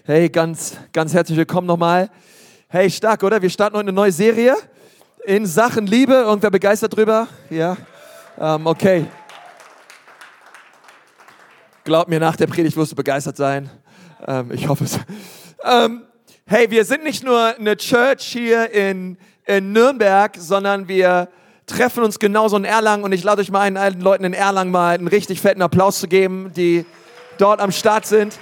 Hey, ganz herzlich willkommen nochmal. Hey, stark, oder? Wir starten heute eine neue Serie in Sachen Liebe. Irgendwer begeistert drüber? Ja? Okay. Glaub mir, nach der Predigt wirst du begeistert sein. Ich hoffe es. Hey, wir sind nicht nur eine Church hier in Nürnberg, sondern wir treffen uns genauso in Erlangen. Und ich lade euch mal ein, allen Leuten in Erlangen mal einen richtig fetten Applaus zu geben, die dort am Start sind.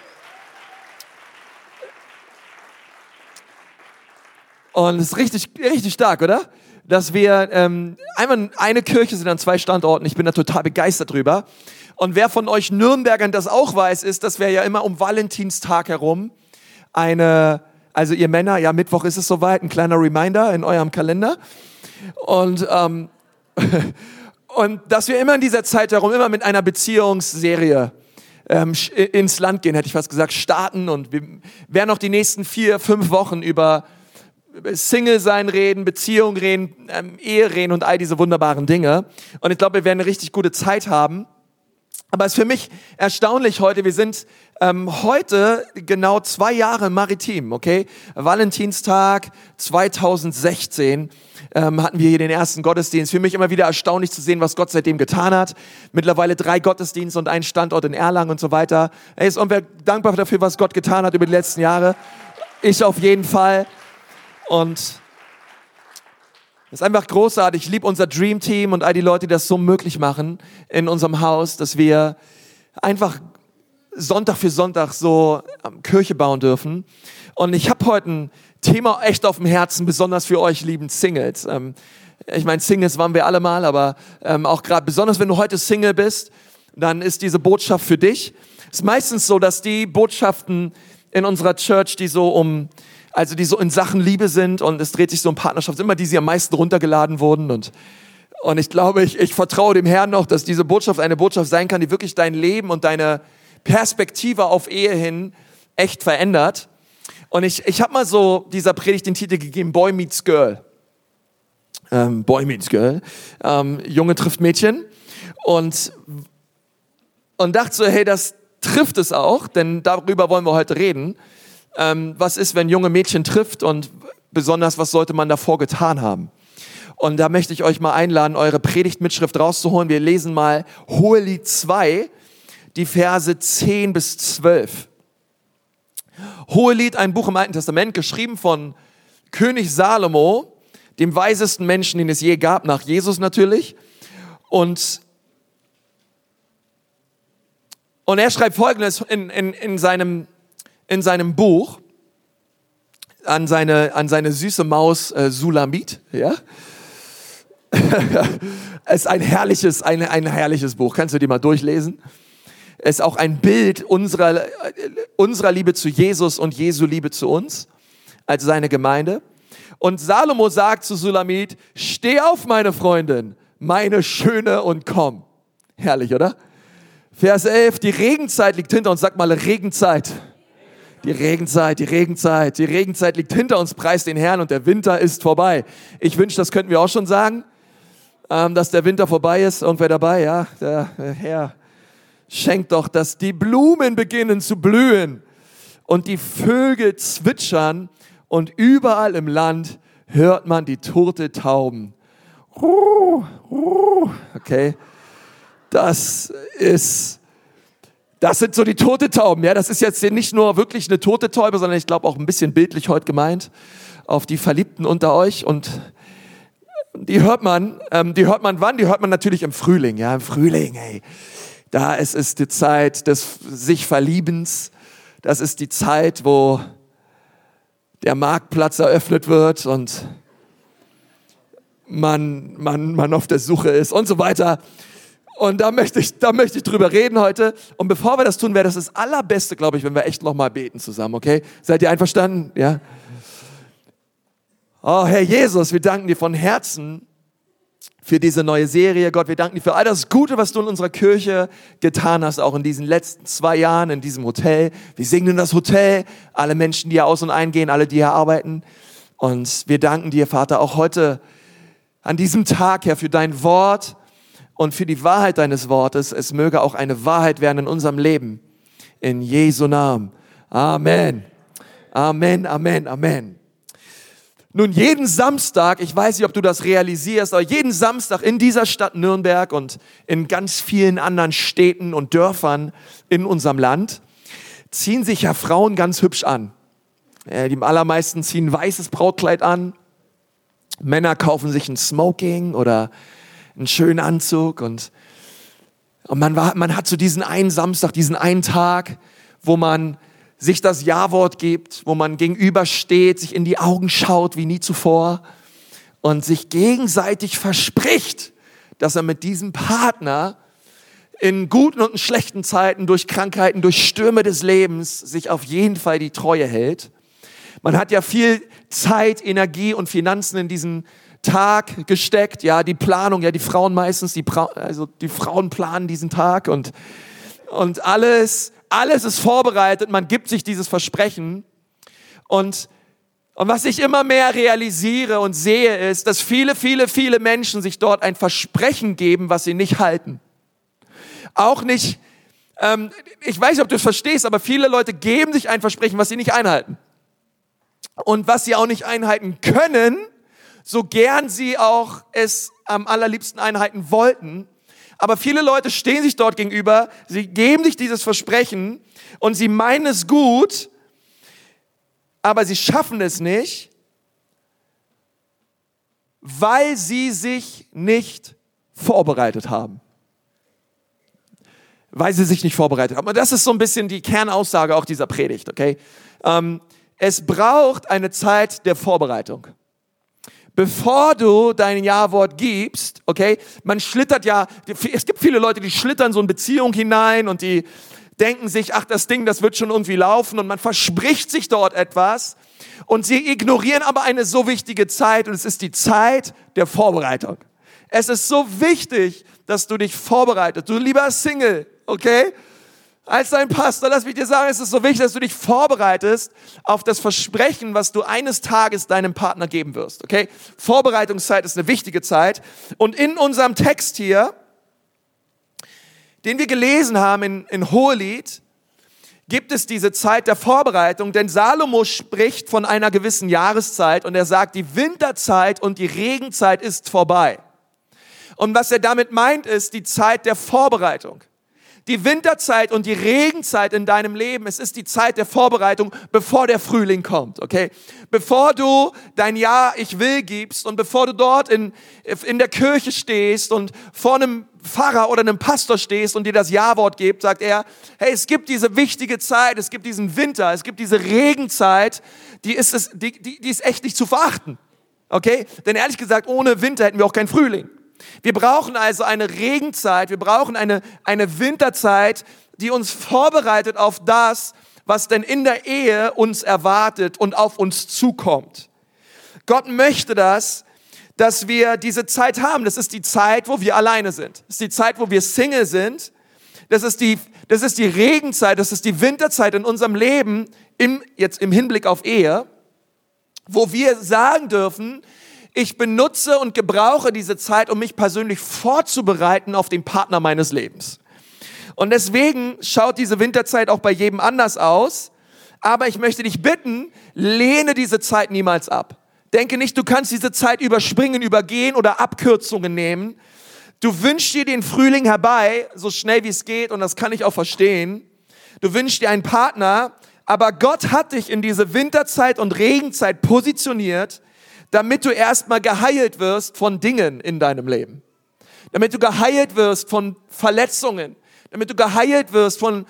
Und es ist richtig stark, oder? Dass wir einmal eine Kirche sind an 2 Standorten. Ich bin da total begeistert drüber. Und wer von euch Nürnbergern das auch weiß, ist, dass wir ja immer um Valentinstag herum also ihr Männer, ja, Mittwoch ist es soweit, ein kleiner Reminder in eurem Kalender. Und dass wir immer in dieser Zeit herum, immer mit einer Beziehungsserie ins Land gehen, hätte ich fast gesagt, starten. Und wir werden noch die nächsten 4-5 Wochen über Single-Sein reden, Beziehung reden, Ehe reden und all diese wunderbaren Dinge. Und ich glaube, wir werden eine richtig gute Zeit haben. Aber es ist für mich erstaunlich heute, wir sind heute genau 2 Jahre maritim, okay? Valentinstag 2016 hatten wir hier den ersten Gottesdienst. Für mich immer wieder erstaunlich zu sehen, was Gott seitdem getan hat. Mittlerweile 3 Gottesdienste und ein Standort in Erlangen und so weiter. Hey, ist irgendwer dankbar dafür, was Gott getan hat über die letzten Jahre? Ich auf jeden Fall. Und es ist einfach großartig. Ich liebe unser Dream Team und all die Leute, die das so möglich machen in unserem Haus, dass wir einfach Sonntag für Sonntag so Kirche bauen dürfen. Und ich habe heute ein Thema echt auf dem Herzen, besonders für euch lieben Singles. Ich meine, Singles waren wir alle mal, aber auch gerade besonders, wenn du heute Single bist, dann ist diese Botschaft für dich. Es ist meistens so, dass die Botschaften in unserer Church, die so in Sachen Liebe sind und es dreht sich so um Partnerschaft, sind immer die am meisten runtergeladen wurden. Und ich glaube, ich vertraue dem Herrn noch, dass diese Botschaft eine Botschaft sein kann, die wirklich dein Leben und deine Perspektive auf Ehe hin echt verändert. Und ich habe mal so dieser Predigt den Titel gegeben, Boy Meets Girl. Boy Meets Girl. Junge trifft Mädchen. Und dachte so, hey, das trifft es auch, denn darüber wollen wir heute reden. Was ist, wenn junge Mädchen trifft und besonders, was sollte man davor getan haben? Und da möchte ich euch mal einladen, eure Predigtmitschrift rauszuholen. Wir lesen mal Hohelied 2, die Verse 10 bis 12. Hohelied, ein Buch im Alten Testament, geschrieben von König Salomo, dem weisesten Menschen, den es je gab, nach Jesus natürlich. Und er schreibt Folgendes in seinem Buch an seine süße Maus Sulamit, ja. Es ist ein herrliches Buch. Kannst du dir mal durchlesen? Es ist auch ein Bild unserer Liebe zu Jesus und Jesu Liebe zu uns als seine Gemeinde. Und Salomo sagt zu Sulamit: Steh auf, meine Freundin, meine Schöne, und komm. Herrlich, oder? Vers 11, die Regenzeit liegt hinter uns. Sag mal, Regenzeit. Die Regenzeit liegt hinter uns, preist den Herrn, und der Winter ist vorbei. Ich wünsche, das könnten wir auch schon sagen, dass der Winter vorbei ist. Irgendwer dabei? Ja, der Herr schenkt doch, dass die Blumen beginnen zu blühen und die Vögel zwitschern und überall im Land hört man die tote Tauben. Okay, das sind so die tote Tauben, ja. Das ist jetzt nicht nur wirklich eine tote Taube, sondern ich glaube auch ein bisschen bildlich heute gemeint auf die Verliebten unter euch. Und die hört man wann? Die hört man natürlich im Frühling, ja. Im Frühling, hey. Da ist es die Zeit des sich Verliebens. Das ist die Zeit, wo der Marktplatz eröffnet wird und man auf der Suche ist und so weiter. Und da möchte ich drüber reden heute. Und bevor wir das tun, wäre das Allerbeste, glaube ich, wenn wir echt nochmal beten zusammen, okay? Seid ihr einverstanden? Ja? Oh, Herr Jesus, wir danken dir von Herzen für diese neue Serie. Gott, wir danken dir für all das Gute, was du in unserer Kirche getan hast, auch in diesen letzten 2 Jahren in diesem Hotel. Wir segnen das Hotel, alle Menschen, die hier aus- und eingehen, alle, die hier arbeiten. Und wir danken dir, Vater, auch heute an diesem Tag, Herr, für dein Wort und für die Wahrheit deines Wortes. Es möge auch eine Wahrheit werden in unserem Leben. In Jesu Namen. Amen. Amen, Amen, Amen. Nun, jeden Samstag, ich weiß nicht, ob du das realisierst, aber jeden Samstag in dieser Stadt Nürnberg und in ganz vielen anderen Städten und Dörfern in unserem Land ziehen sich ja Frauen ganz hübsch an. Die allermeisten ziehen ein weißes Brautkleid an. Männer kaufen sich ein Smoking oder einen schönen Anzug und man hat so diesen einen Samstag, diesen einen Tag, wo man sich das Ja-Wort gibt, wo man gegenübersteht, sich in die Augen schaut wie nie zuvor und sich gegenseitig verspricht, dass er mit diesem Partner in guten und in schlechten Zeiten, durch Krankheiten, durch Stürme des Lebens, sich auf jeden Fall die Treue hält. Man hat ja viel Zeit, Energie und Finanzen in diesen Tag gesteckt. Ja, die Planung, ja, die Frauen meistens, die Frauen planen diesen Tag und alles ist vorbereitet. Man gibt sich dieses Versprechen. Und was ich immer mehr realisiere und sehe, ist, dass viele Menschen sich dort ein Versprechen geben, was sie nicht halten. Auch nicht, ich weiß nicht, ob du es verstehst, aber viele Leute geben sich ein Versprechen, was sie nicht einhalten. Und was sie auch nicht einhalten können, so gern sie auch es am allerliebsten einhalten wollten. Aber viele Leute stehen sich dort gegenüber, sie geben sich dieses Versprechen und sie meinen es gut, aber sie schaffen es nicht, weil sie sich nicht vorbereitet haben. Weil sie sich nicht vorbereitet haben. Und das ist so ein bisschen die Kernaussage auch dieser Predigt, okay? Es braucht eine Zeit der Vorbereitung. Bevor du dein Ja-Wort gibst, okay, man schlittert ja, es gibt viele Leute, die schlittern so in Beziehung hinein und die denken sich, ach, das Ding, das wird schon irgendwie laufen und man verspricht sich dort etwas und sie ignorieren aber eine so wichtige Zeit und es ist die Zeit der Vorbereitung. Es ist so wichtig, dass du dich vorbereitest. Du lieber Single, okay? Als dein Pastor, lass mich dir sagen, es ist so wichtig, dass du dich vorbereitest auf das Versprechen, was du eines Tages deinem Partner geben wirst, okay? Vorbereitungszeit ist eine wichtige Zeit. Und in unserem Text hier, den wir gelesen haben in Hohelied, gibt es diese Zeit der Vorbereitung, denn Salomo spricht von einer gewissen Jahreszeit und er sagt, die Winterzeit und die Regenzeit ist vorbei. Und was er damit meint, ist die Zeit der Vorbereitung. Die Winterzeit und die Regenzeit in deinem Leben, es ist die Zeit der Vorbereitung, bevor der Frühling kommt, okay? Bevor du dein Ja, ich will gibst und bevor du dort in der Kirche stehst und vor einem Pfarrer oder einem Pastor stehst und dir das Ja-Wort gibt, sagt er, hey, es gibt diese wichtige Zeit, es gibt diesen Winter, es gibt diese Regenzeit, die ist echt nicht zu verachten, okay? Denn ehrlich gesagt, ohne Winter hätten wir auch keinen Frühling. Wir brauchen also eine Regenzeit, wir brauchen eine Winterzeit, die uns vorbereitet auf das, was denn in der Ehe uns erwartet und auf uns zukommt. Gott möchte dass wir diese Zeit haben. Das ist die Zeit, wo wir alleine sind. Das ist die Zeit, wo wir Single sind. Das ist die Regenzeit, das ist die Winterzeit in unserem Leben, jetzt im Hinblick auf Ehe, wo wir sagen dürfen, ich benutze und gebrauche diese Zeit, um mich persönlich vorzubereiten auf den Partner meines Lebens. Und deswegen schaut diese Winterzeit auch bei jedem anders aus. Aber ich möchte dich bitten, lehne diese Zeit niemals ab. Denke nicht, du kannst diese Zeit überspringen, übergehen oder Abkürzungen nehmen. Du wünschst dir den Frühling herbei, so schnell wie es geht, und das kann ich auch verstehen. Du wünschst dir einen Partner, aber Gott hat dich in diese Winterzeit und Regenzeit positioniert, damit du erstmal geheilt wirst von Dingen in deinem Leben. Damit du geheilt wirst von Verletzungen. Damit du geheilt wirst von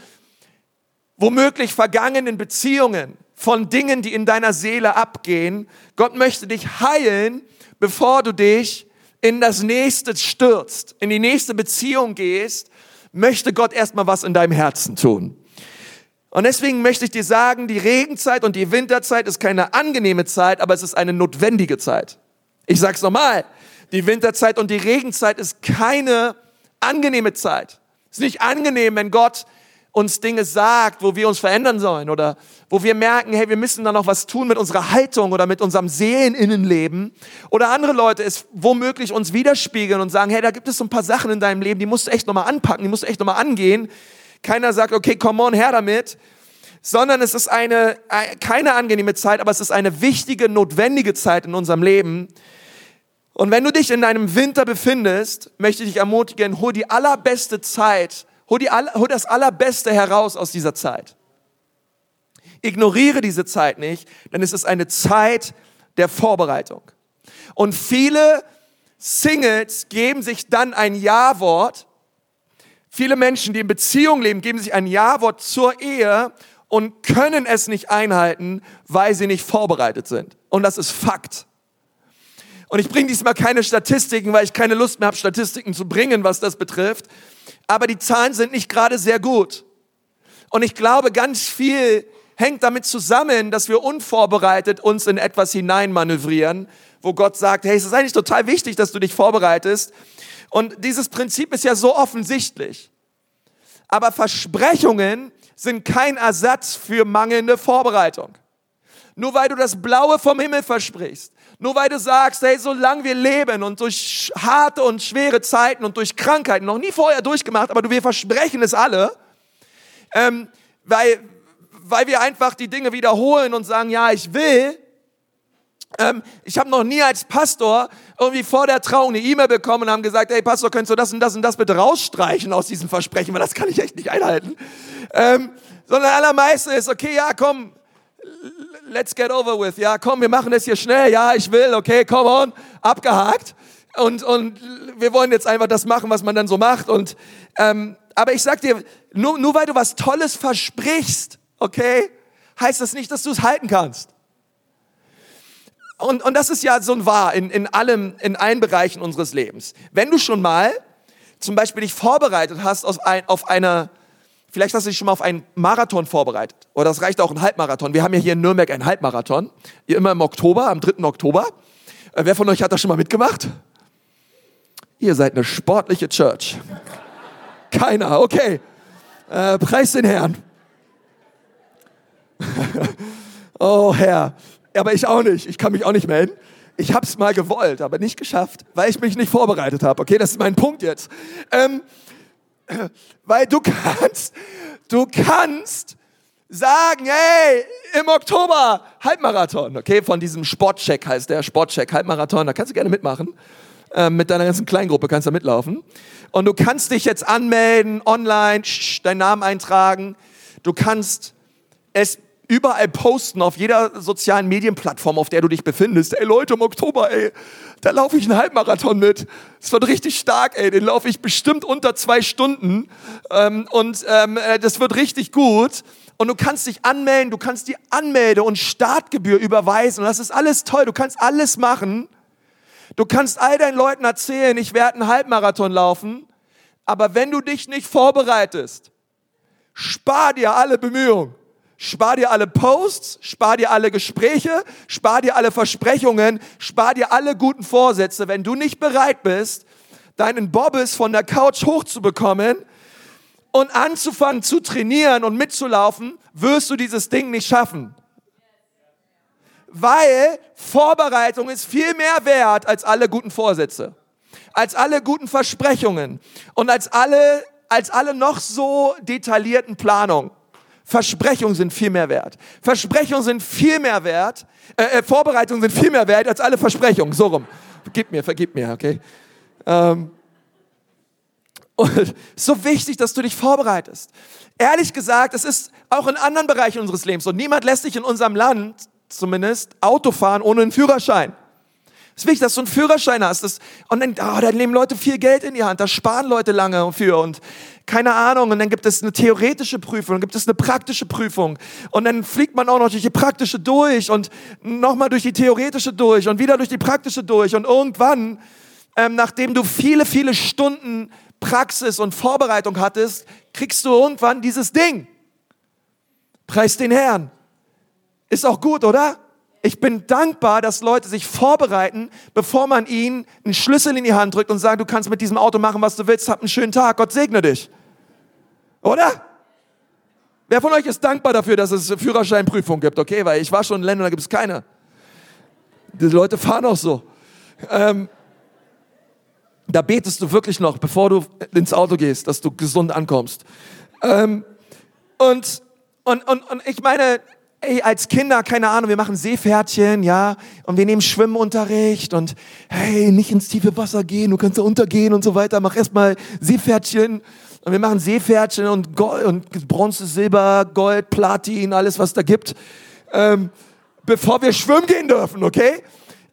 womöglich vergangenen Beziehungen. Von Dingen, die in deiner Seele abgehen. Gott möchte dich heilen, bevor du dich in das Nächste stürzt, in die nächste Beziehung gehst, möchte Gott erstmal was in deinem Herzen tun. Und deswegen möchte ich dir sagen, die Regenzeit und die Winterzeit ist keine angenehme Zeit, aber es ist eine notwendige Zeit. Ich sag's nochmal, die Winterzeit und die Regenzeit ist keine angenehme Zeit. Es ist nicht angenehm, wenn Gott uns Dinge sagt, wo wir uns verändern sollen oder wo wir merken, hey, wir müssen da noch was tun mit unserer Haltung oder mit unserem Seeleninnenleben. Oder andere Leute es womöglich uns widerspiegeln und sagen, hey, da gibt es so ein paar Sachen in deinem Leben, die musst du echt nochmal anpacken, die musst du echt nochmal angehen. Keiner sagt, okay, come on, her damit, sondern es ist keine angenehme Zeit, aber es ist eine wichtige, notwendige Zeit in unserem Leben. Und wenn du dich in einem Winter befindest, möchte ich dich ermutigen, hol die allerbeste Zeit, hol das Allerbeste heraus aus dieser Zeit. Ignoriere diese Zeit nicht, denn es ist eine Zeit der Vorbereitung. Und viele Singles geben sich dann ein Ja-Wort. Viele Menschen, die in Beziehung leben, geben sich ein Ja-Wort zur Ehe und können es nicht einhalten, weil sie nicht vorbereitet sind. Und das ist Fakt. Und ich bringe diesmal keine Statistiken, weil ich keine Lust mehr habe, Statistiken zu bringen, was das betrifft. Aber die Zahlen sind nicht gerade sehr gut. Und ich glaube, ganz viel hängt damit zusammen, dass wir unvorbereitet uns in etwas hineinmanövrieren, wo Gott sagt, hey, es ist eigentlich total wichtig, dass du dich vorbereitest. Und dieses Prinzip ist ja so offensichtlich. Aber Versprechungen sind kein Ersatz für mangelnde Vorbereitung. Nur weil du das Blaue vom Himmel versprichst, nur weil du sagst, hey, solange wir leben und durch harte und schwere Zeiten und durch Krankheiten, noch nie vorher durchgemacht, aber wir versprechen es alle, weil wir einfach die Dinge wiederholen und sagen, ja, ich will. Ich habe noch nie als Pastor irgendwie vor der Trauung eine E-Mail bekommen und haben gesagt, hey Pastor, könntest du das und das und das bitte rausstreichen aus diesem Versprechen, weil das kann ich echt nicht einhalten. Sondern allermeiste ist, okay, ja, komm, let's get over with. Ja, komm, wir machen das hier schnell. Ja, ich will, okay, come on, abgehakt. Und wir wollen jetzt einfach das machen, was man dann so macht. Aber ich sag dir, nur weil du was Tolles versprichst, okay, heißt das nicht, dass du es halten kannst. Und das ist ja so ein Wahr in allen Bereichen unseres Lebens. Wenn du schon mal zum Beispiel dich vorbereitet hast vielleicht hast du dich schon mal auf einen Marathon vorbereitet. Oder das reicht auch ein Halbmarathon. Wir haben ja hier in Nürnberg einen Halbmarathon. Hier immer im Oktober, am 3. Oktober. Wer von euch hat das schon mal mitgemacht? Ihr seid eine sportliche Church. Keiner, okay. Preis den Herrn. Oh Herr. Aber ich auch nicht. Ich kann mich auch nicht melden. Ich habe es mal gewollt, aber nicht geschafft, weil ich mich nicht vorbereitet habe. Okay, das ist mein Punkt jetzt. Weil du kannst sagen, hey, im Oktober Halbmarathon, okay, von diesem Sportcheck heißt der, Sportcheck, Halbmarathon, da kannst du gerne mitmachen, mit deiner ganzen Kleingruppe kannst du mitlaufen und du kannst dich jetzt anmelden, online, deinen Namen eintragen, du kannst es überall posten, auf jeder sozialen Medienplattform, auf der du dich befindest. Ey Leute, im Oktober, ey, da laufe ich einen Halbmarathon mit. Es wird richtig stark, ey, den laufe ich bestimmt unter 2 Stunden das wird richtig gut. Und du kannst dich anmelden, du kannst die Anmelde- und Startgebühr überweisen. Und das ist alles toll, du kannst alles machen. Du kannst all deinen Leuten erzählen, ich werde einen Halbmarathon laufen. Aber wenn du dich nicht vorbereitest, spar dir alle Bemühungen. Spar dir alle Posts, spar dir alle Gespräche, spar dir alle Versprechungen, spar dir alle guten Vorsätze. Wenn du nicht bereit bist, deinen Bobbes von der Couch hochzubekommen und anzufangen zu trainieren und mitzulaufen, wirst du dieses Ding nicht schaffen. Weil Vorbereitung ist viel mehr wert als alle guten Vorsätze, als alle guten Versprechungen und als alle noch so detaillierten Planungen. Versprechungen sind viel mehr wert. Vorbereitungen sind viel mehr wert als alle Versprechungen. So rum. Vergib mir, okay? Und es ist so wichtig, dass du dich vorbereitest. Ehrlich gesagt, es ist auch in anderen Bereichen unseres Lebens so. Niemand lässt sich in unserem Land zumindest Auto fahren ohne einen Führerschein. Es ist wichtig, dass du einen Führerschein hast. Und dann nehmen Leute viel Geld in die Hand. Da sparen Leute lange für und keine Ahnung. Und dann gibt es eine theoretische Prüfung, dann gibt es eine praktische Prüfung. Und dann fliegt man auch noch durch die praktische durch und nochmal durch die theoretische durch und wieder durch die praktische durch. Und irgendwann, nachdem du viele, viele Stunden Praxis und Vorbereitung hattest, kriegst du irgendwann dieses Ding. Preis den Herrn. Ist auch gut, oder? Ich bin dankbar, dass Leute sich vorbereiten, bevor man ihnen einen Schlüssel in die Hand drückt und sagt, du kannst mit diesem Auto machen, was du willst, hab einen schönen Tag, Gott segne dich. Oder? Wer von euch ist dankbar dafür, dass es Führerscheinprüfung gibt? Okay, weil ich war schon in Ländern, da gibt es keine. Die Leute fahren auch so. Da betest du wirklich noch, bevor du ins Auto gehst, dass du gesund ankommst. Und Und ich meine, ey, als Kinder, keine Ahnung, wir machen Seepferdchen, ja, und wir nehmen Schwimmunterricht und hey, nicht ins tiefe Wasser gehen, du kannst da untergehen und so weiter, mach erstmal Seepferdchen. Und wir machen Seepferdchen und Gold, und Bronze, Silber, Gold, Platin, alles was da gibt, bevor wir schwimmen gehen dürfen, okay?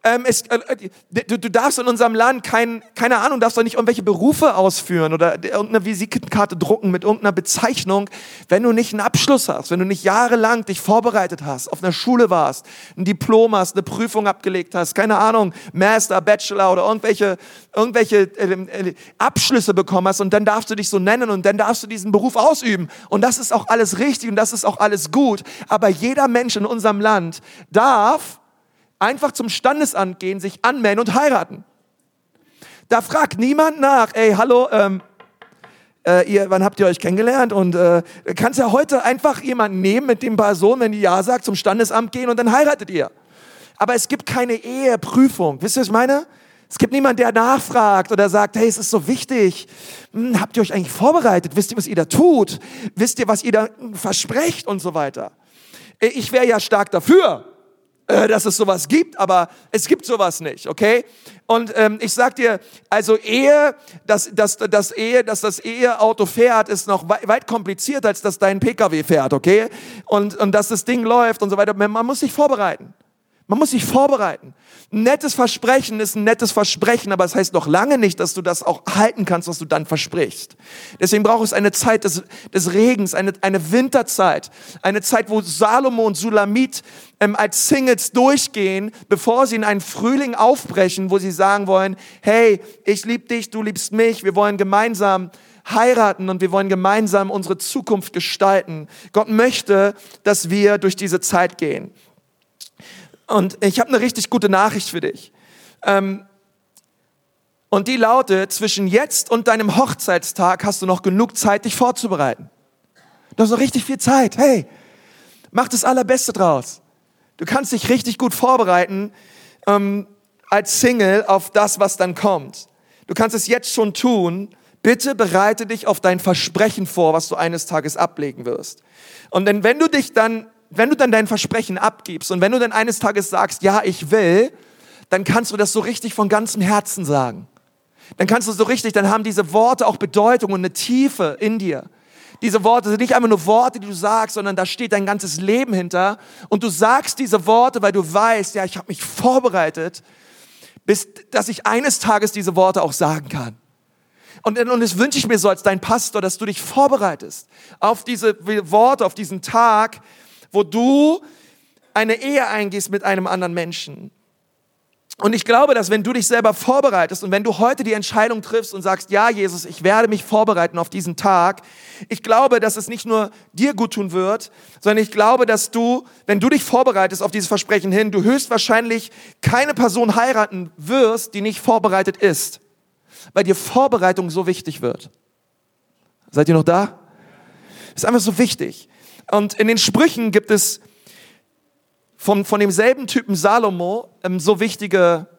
Du darfst in unserem Land keine Ahnung, darfst doch nicht irgendwelche Berufe ausführen oder irgendeine Visitenkarte drucken mit irgendeiner Bezeichnung, wenn du nicht einen Abschluss hast, wenn du nicht jahrelang dich vorbereitet hast, auf einer Schule warst, ein Diplom hast, eine Prüfung abgelegt hast, keine Ahnung, Master, Bachelor oder irgendwelche Abschlüsse bekommen hast und dann darfst du dich so nennen und dann darfst du diesen Beruf ausüben. Und das ist auch alles richtig und das ist auch alles gut. Aber jeder Mensch in unserem Land darf einfach zum Standesamt gehen, sich anmelden und heiraten. Da fragt niemand nach, ey, hallo, wann habt ihr euch kennengelernt? Und kannst ja heute einfach jemanden nehmen mit dem Person, wenn die Ja sagt, zum Standesamt gehen und dann heiratet ihr. Aber es gibt keine Eheprüfung. Wisst ihr, was ich meine? Es gibt niemanden, der nachfragt oder sagt, hey, es ist so wichtig. Habt ihr euch eigentlich vorbereitet? Wisst ihr, was ihr da tut? Wisst ihr, was ihr da versprecht und so weiter? Ich wäre ja stark dafür, dass es sowas gibt, aber es gibt sowas nicht, okay? Und ich sag dir, also dass das Eheauto fährt, ist noch weit komplizierter, als dass dein PKW fährt, okay? Und dass das Ding läuft und so weiter. Man muss sich vorbereiten. Man muss sich vorbereiten. Ein nettes Versprechen ist ein nettes Versprechen, aber es heißt noch lange nicht, dass du das auch halten kannst, was du dann versprichst. Deswegen braucht es eine Zeit des Regens, eine Winterzeit, eine Zeit, wo Salomo und Sulamit als Singles durchgehen, bevor sie in einen Frühling aufbrechen, wo sie sagen wollen, hey, ich liebe dich, du liebst mich, wir wollen gemeinsam heiraten und wir wollen gemeinsam unsere Zukunft gestalten. Gott möchte, dass wir durch diese Zeit gehen. Und ich habe eine richtig gute Nachricht für dich. Und die lautet, zwischen jetzt und deinem Hochzeitstag hast du noch genug Zeit, dich vorzubereiten. Du hast noch richtig viel Zeit. Hey, mach das Allerbeste draus. Du kannst dich richtig gut vorbereiten als Single auf das, was dann kommt. Du kannst es jetzt schon tun. Bitte bereite dich auf dein Versprechen vor, was du eines Tages ablegen wirst. Und denn wenn du dann dein Versprechen abgibst und wenn du dann eines Tages sagst, ja, ich will, dann kannst du das so richtig von ganzem Herzen sagen. Dann kannst du so richtig, dann haben diese Worte auch Bedeutung und eine Tiefe in dir. Diese Worte sind nicht einfach nur Worte, die du sagst, sondern da steht dein ganzes Leben hinter. Und du sagst diese Worte, weil du weißt, ja, ich habe mich vorbereitet, bis dass ich eines Tages diese Worte auch sagen kann. Und das wünsche ich mir so als dein Pastor, dass du dich vorbereitest auf diese Worte, auf diesen Tag, wo du eine Ehe eingehst mit einem anderen Menschen. Und ich glaube, dass wenn du dich selber vorbereitest und wenn du heute die Entscheidung triffst und sagst, ja, Jesus, ich werde mich vorbereiten auf diesen Tag, ich glaube, dass es nicht nur dir gut tun wird, sondern ich glaube, dass du, wenn du dich vorbereitest auf dieses Versprechen hin, du höchstwahrscheinlich keine Person heiraten wirst, die nicht vorbereitet ist, weil dir Vorbereitung so wichtig wird. Seid ihr noch da? Ist einfach so wichtig. Und in den Sprüchen gibt es von demselben Typen Salomo so wichtige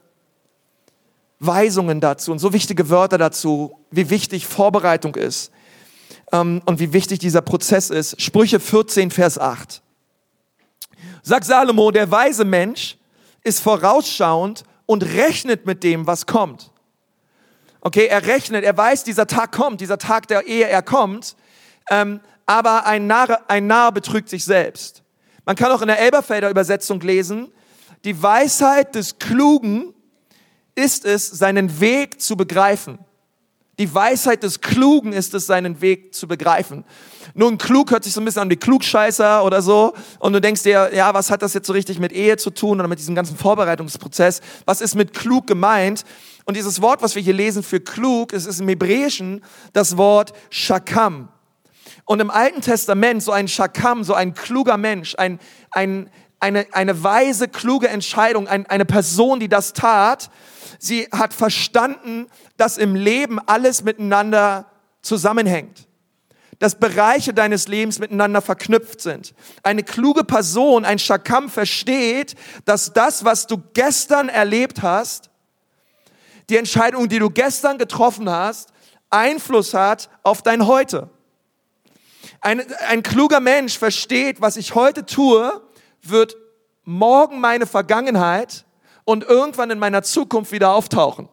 Weisungen dazu und so wichtige Wörter dazu, wie wichtig Vorbereitung ist und wie wichtig dieser Prozess ist. Sprüche 14, Vers 8. Sagt Salomo, der weise Mensch ist vorausschauend und rechnet mit dem, was kommt. Okay, er rechnet, er weiß, dieser Tag kommt, dieser Tag der Ehe, er kommt, aber ein Narr betrügt sich selbst. Man kann auch in der Elberfelder Übersetzung lesen, die Weisheit des Klugen ist es, seinen Weg zu begreifen. Die Weisheit des Klugen ist es, seinen Weg zu begreifen. Nun, klug hört sich so ein bisschen an wie Klugscheißer oder so. Und du denkst dir, ja, was hat das jetzt so richtig mit Ehe zu tun oder mit diesem ganzen Vorbereitungsprozess? Was ist mit klug gemeint? Und dieses Wort, was wir hier lesen für klug, es ist im Hebräischen das Wort Shakam. Und im Alten Testament so ein Shakam, so ein kluger Mensch, eine weise, kluge Entscheidung, eine Person, die das tat, sie hat verstanden, dass im Leben alles miteinander zusammenhängt. Dass Bereiche deines Lebens miteinander verknüpft sind. Eine kluge Person, ein Shakam versteht, dass das, was du gestern erlebt hast, die Entscheidung, die du gestern getroffen hast, Einfluss hat auf dein Heute. Ein kluger Mensch versteht, was ich heute tue, wird morgen meine Vergangenheit und irgendwann in meiner Zukunft wieder auftauchen.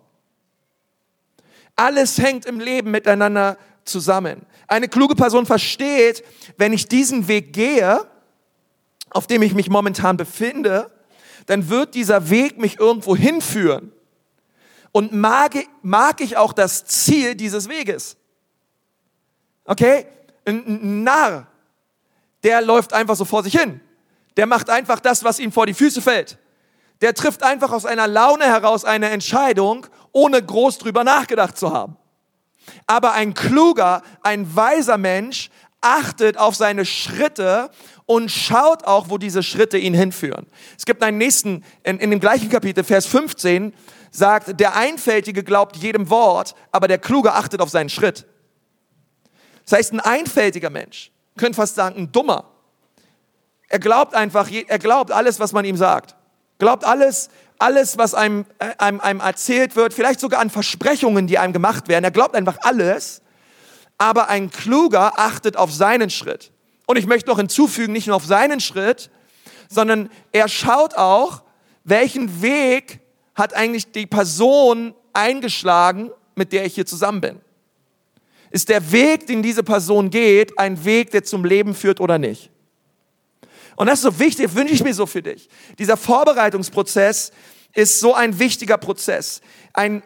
Alles hängt im Leben miteinander zusammen. Eine kluge Person versteht, wenn ich diesen Weg gehe, auf dem ich mich momentan befinde, dann wird dieser Weg mich irgendwo hinführen. Und mag ich auch das Ziel dieses Weges. Okay? Ein Narr, der läuft einfach so vor sich hin. Der macht einfach das, was ihm vor die Füße fällt. Der trifft einfach aus einer Laune heraus eine Entscheidung, ohne groß drüber nachgedacht zu haben. Aber ein kluger, ein weiser Mensch achtet auf seine Schritte und schaut auch, wo diese Schritte ihn hinführen. Es gibt einen nächsten, in dem gleichen Kapitel, Vers 15, sagt, der Einfältige glaubt jedem Wort, aber der Kluge achtet auf seinen Schritt. Das heißt, ein einfältiger Mensch, könnt fast sagen, ein Dummer. Er glaubt alles, was man ihm sagt. Glaubt alles, was einem erzählt wird, vielleicht sogar an Versprechungen, die einem gemacht werden. Er glaubt einfach alles, aber ein Kluger achtet auf seinen Schritt. Und ich möchte noch hinzufügen, nicht nur auf seinen Schritt, sondern er schaut auch, welchen Weg hat eigentlich die Person eingeschlagen, mit der ich hier zusammen bin. Ist der Weg, den diese Person geht, ein Weg, der zum Leben führt oder nicht? Und das ist so wichtig, wünsche ich mir so für dich. Dieser Vorbereitungsprozess ist so ein wichtiger Prozess. Ein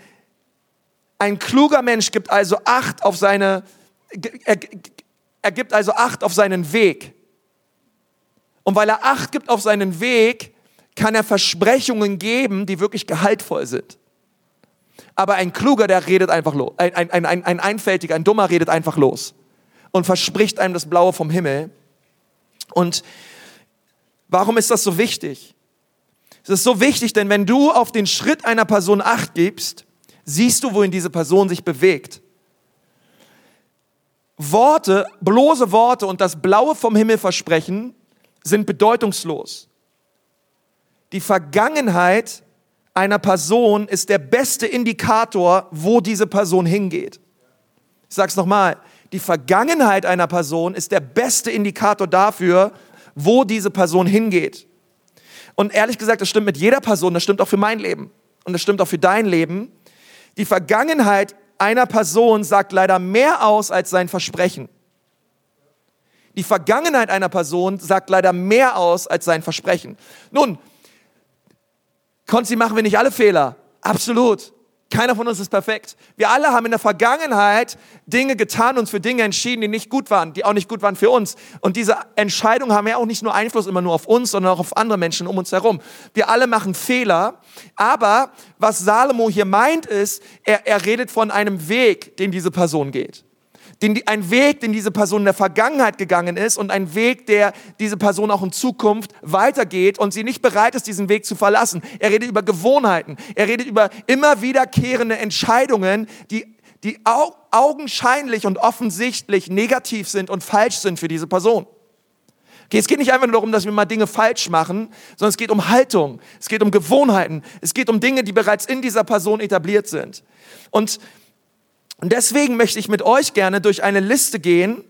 kluger Mensch gibt also Acht auf er gibt also Acht auf seinen Weg. Und weil er Acht gibt auf seinen Weg, kann er Versprechungen geben, die wirklich gehaltvoll sind. Aber ein Kluger, der redet einfach los. Ein Einfältiger, ein Dummer redet einfach los und verspricht einem das Blaue vom Himmel. Und warum ist das so wichtig? Es ist so wichtig, denn wenn du auf den Schritt einer Person Acht gibst, siehst du, wohin diese Person sich bewegt. Bloße Worte und das Blaue vom Himmel versprechen sind bedeutungslos. Die Vergangenheit einer Person ist der beste Indikator, wo diese Person hingeht. Ich sage es nochmal. Die Vergangenheit einer Person ist der beste Indikator dafür, wo diese Person hingeht. Und ehrlich gesagt, das stimmt mit jeder Person, das stimmt auch für mein Leben. Und das stimmt auch für dein Leben. Die Vergangenheit einer Person sagt leider mehr aus als sein Versprechen. Die Vergangenheit einer Person sagt leider mehr aus als sein Versprechen. Nun, Konzi, machen wir nicht alle Fehler? Absolut. Keiner von uns ist perfekt. Wir alle haben in der Vergangenheit Dinge getan, uns für Dinge entschieden, die nicht gut waren, die auch nicht gut waren für uns. Und diese Entscheidungen haben ja auch nicht nur Einfluss immer nur auf uns, sondern auch auf andere Menschen um uns herum. Wir alle machen Fehler, aber was Salomo hier meint ist, er redet von einem Weg, den diese Person geht. Ein Weg, den diese Person in der Vergangenheit gegangen ist und ein Weg, der diese Person auch in Zukunft weitergeht und sie nicht bereit ist, diesen Weg zu verlassen. Er redet über Gewohnheiten. Er redet über immer wiederkehrende Entscheidungen, die augenscheinlich und offensichtlich negativ sind und falsch sind für diese Person. Okay, es geht nicht einfach nur darum, dass wir mal Dinge falsch machen, sondern es geht um Haltung, es geht um Gewohnheiten, es geht um Dinge, die bereits in dieser Person etabliert sind. Und deswegen möchte ich mit euch gerne durch eine Liste gehen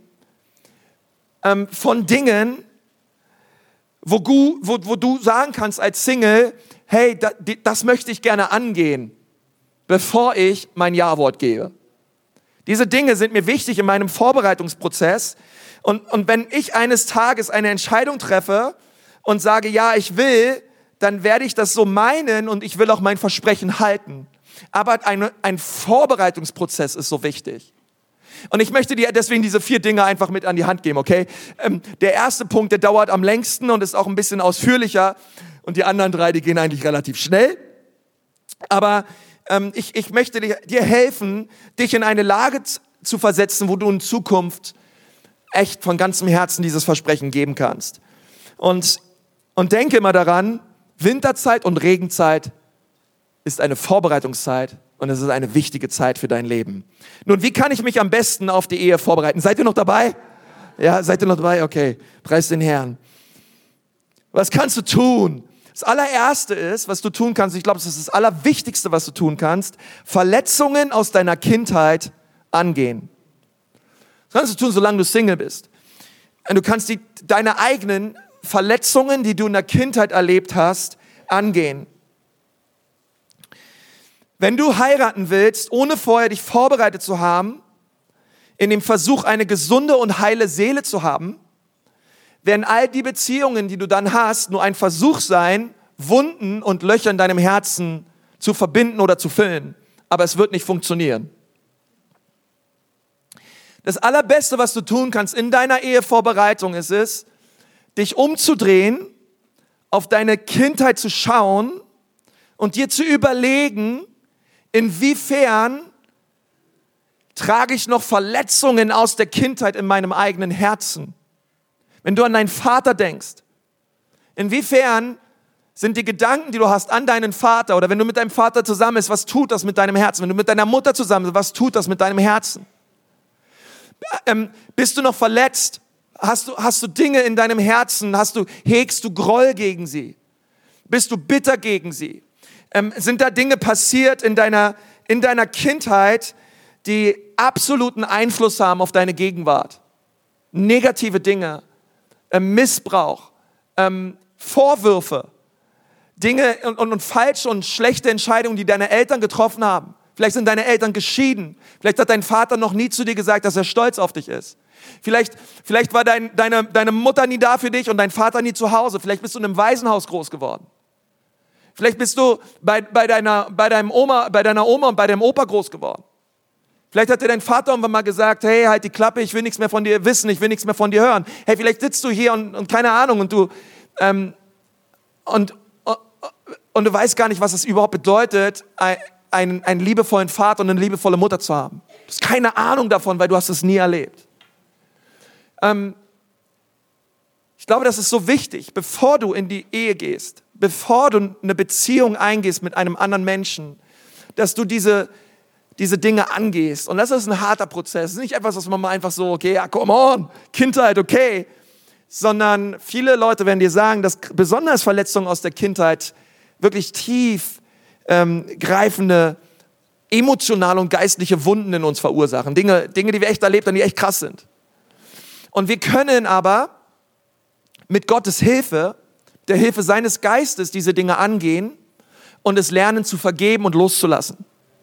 von Dingen, wo du sagen kannst als Single, hey, das möchte ich gerne angehen, bevor ich mein Ja-Wort gebe. Diese Dinge sind mir wichtig in meinem Vorbereitungsprozess. Und wenn ich eines Tages eine Entscheidung treffe und sage, ja, ich will, dann werde ich das so meinen und ich will auch mein Versprechen halten. Aber ein Vorbereitungsprozess ist so wichtig. Und ich möchte dir deswegen diese 4 Dinge einfach mit an die Hand geben, okay? Der erste Punkt, der dauert am längsten und ist auch ein bisschen ausführlicher. Und die anderen 3, die gehen eigentlich relativ schnell. Aber ich möchte dir helfen, dich in eine Lage zu versetzen, wo du in Zukunft echt von ganzem Herzen dieses Versprechen geben kannst. Und denke immer daran, Winterzeit und Regenzeit ist eine Vorbereitungszeit und es ist eine wichtige Zeit für dein Leben. Nun, wie kann ich mich am besten auf die Ehe vorbereiten? Seid ihr noch dabei? Ja, seid ihr noch dabei? Okay, preis den Herrn. Was kannst du tun? Das allererste ist, was du tun kannst, ich glaube, das ist das Allerwichtigste, was du tun kannst, Verletzungen aus deiner Kindheit angehen. Das kannst du tun, solange du Single bist. Und du kannst deine eigenen Verletzungen, die du in der Kindheit erlebt hast, angehen. Wenn du heiraten willst, ohne vorher dich vorbereitet zu haben, in dem Versuch, eine gesunde und heile Seele zu haben, werden all die Beziehungen, die du dann hast, nur ein Versuch sein, Wunden und Löcher in deinem Herzen zu verbinden oder zu füllen. Aber es wird nicht funktionieren. Das Allerbeste, was du tun kannst in deiner Ehevorbereitung, ist es, dich umzudrehen, auf deine Kindheit zu schauen und dir zu überlegen, inwiefern trage ich noch Verletzungen aus der Kindheit in meinem eigenen Herzen? Wenn du an deinen Vater denkst, inwiefern sind die Gedanken, die du hast an deinen Vater, oder wenn du mit deinem Vater zusammen bist, was tut das mit deinem Herzen? Wenn du mit deiner Mutter zusammen bist, was tut das mit deinem Herzen? Bist du noch verletzt? Hast du Dinge in deinem Herzen? Hegst du Groll gegen sie? Bist du bitter gegen sie? Sind da Dinge passiert in deiner Kindheit, die absoluten Einfluss haben auf deine Gegenwart? Negative Dinge, Missbrauch, Vorwürfe, Dinge und falsche und schlechte Entscheidungen, die deine Eltern getroffen haben. Vielleicht sind deine Eltern geschieden. Vielleicht hat dein Vater noch nie zu dir gesagt, dass er stolz auf dich ist. Vielleicht war deine Mutter nie da für dich und dein Vater nie zu Hause. Vielleicht bist du in einem Waisenhaus groß geworden. Vielleicht bist du bei deiner Oma und bei deinem Opa groß geworden. Vielleicht hat dir dein Vater irgendwann mal gesagt, hey, halt die Klappe, ich will nichts mehr von dir wissen, ich will nichts mehr von dir hören. Hey, vielleicht sitzt du hier und keine Ahnung und du du weißt gar nicht, was es überhaupt bedeutet, einen liebevollen Vater und eine liebevolle Mutter zu haben. Du hast keine Ahnung davon, weil du hast es nie erlebt. Ich glaube, das ist so wichtig, bevor du in die Ehe gehst, bevor du eine Beziehung eingehst mit einem anderen Menschen, dass du diese Dinge angehst. Und das ist ein harter Prozess. Das ist nicht etwas, was man mal einfach so, okay, ja, come on, Kindheit, okay. Sondern viele Leute werden dir sagen, dass besonders Verletzungen aus der Kindheit wirklich tief greifende emotionale und geistliche Wunden in uns verursachen. Dinge, die wir echt erlebt haben, die echt krass sind. Und wir können aber mit Gottes Hilfe, der Hilfe seines Geistes, diese Dinge angehen und es lernen zu vergeben und loszulassen.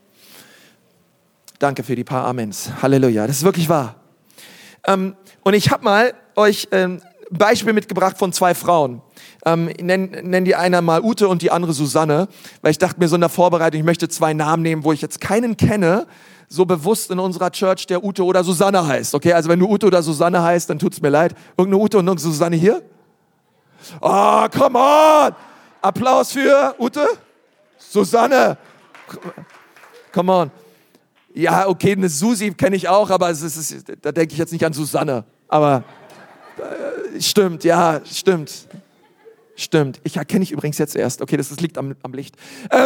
Danke für die paar Amens. Halleluja, das ist wirklich wahr. Und ich habe mal euch ein Beispiel mitgebracht von 2 Frauen. Ich nenne die eine mal Ute und die andere Susanne, weil ich dachte mir so in der Vorbereitung, ich möchte 2 Namen nehmen, wo ich jetzt keinen kenne, so bewusst in unserer Church, der Ute oder Susanne heißt. Okay, also wenn du Ute oder Susanne heißt, dann tut's mir leid. Irgendeine Ute und irgendeine Susanne hier? Oh, come on! Applaus für Ute, Susanne. Come on. Ja, okay, eine Susi kenne ich auch, aber da denke ich jetzt nicht an Susanne. Aber stimmt, ja, stimmt. Stimmt. Ich erkenne ich übrigens jetzt erst. Okay, das liegt am Licht.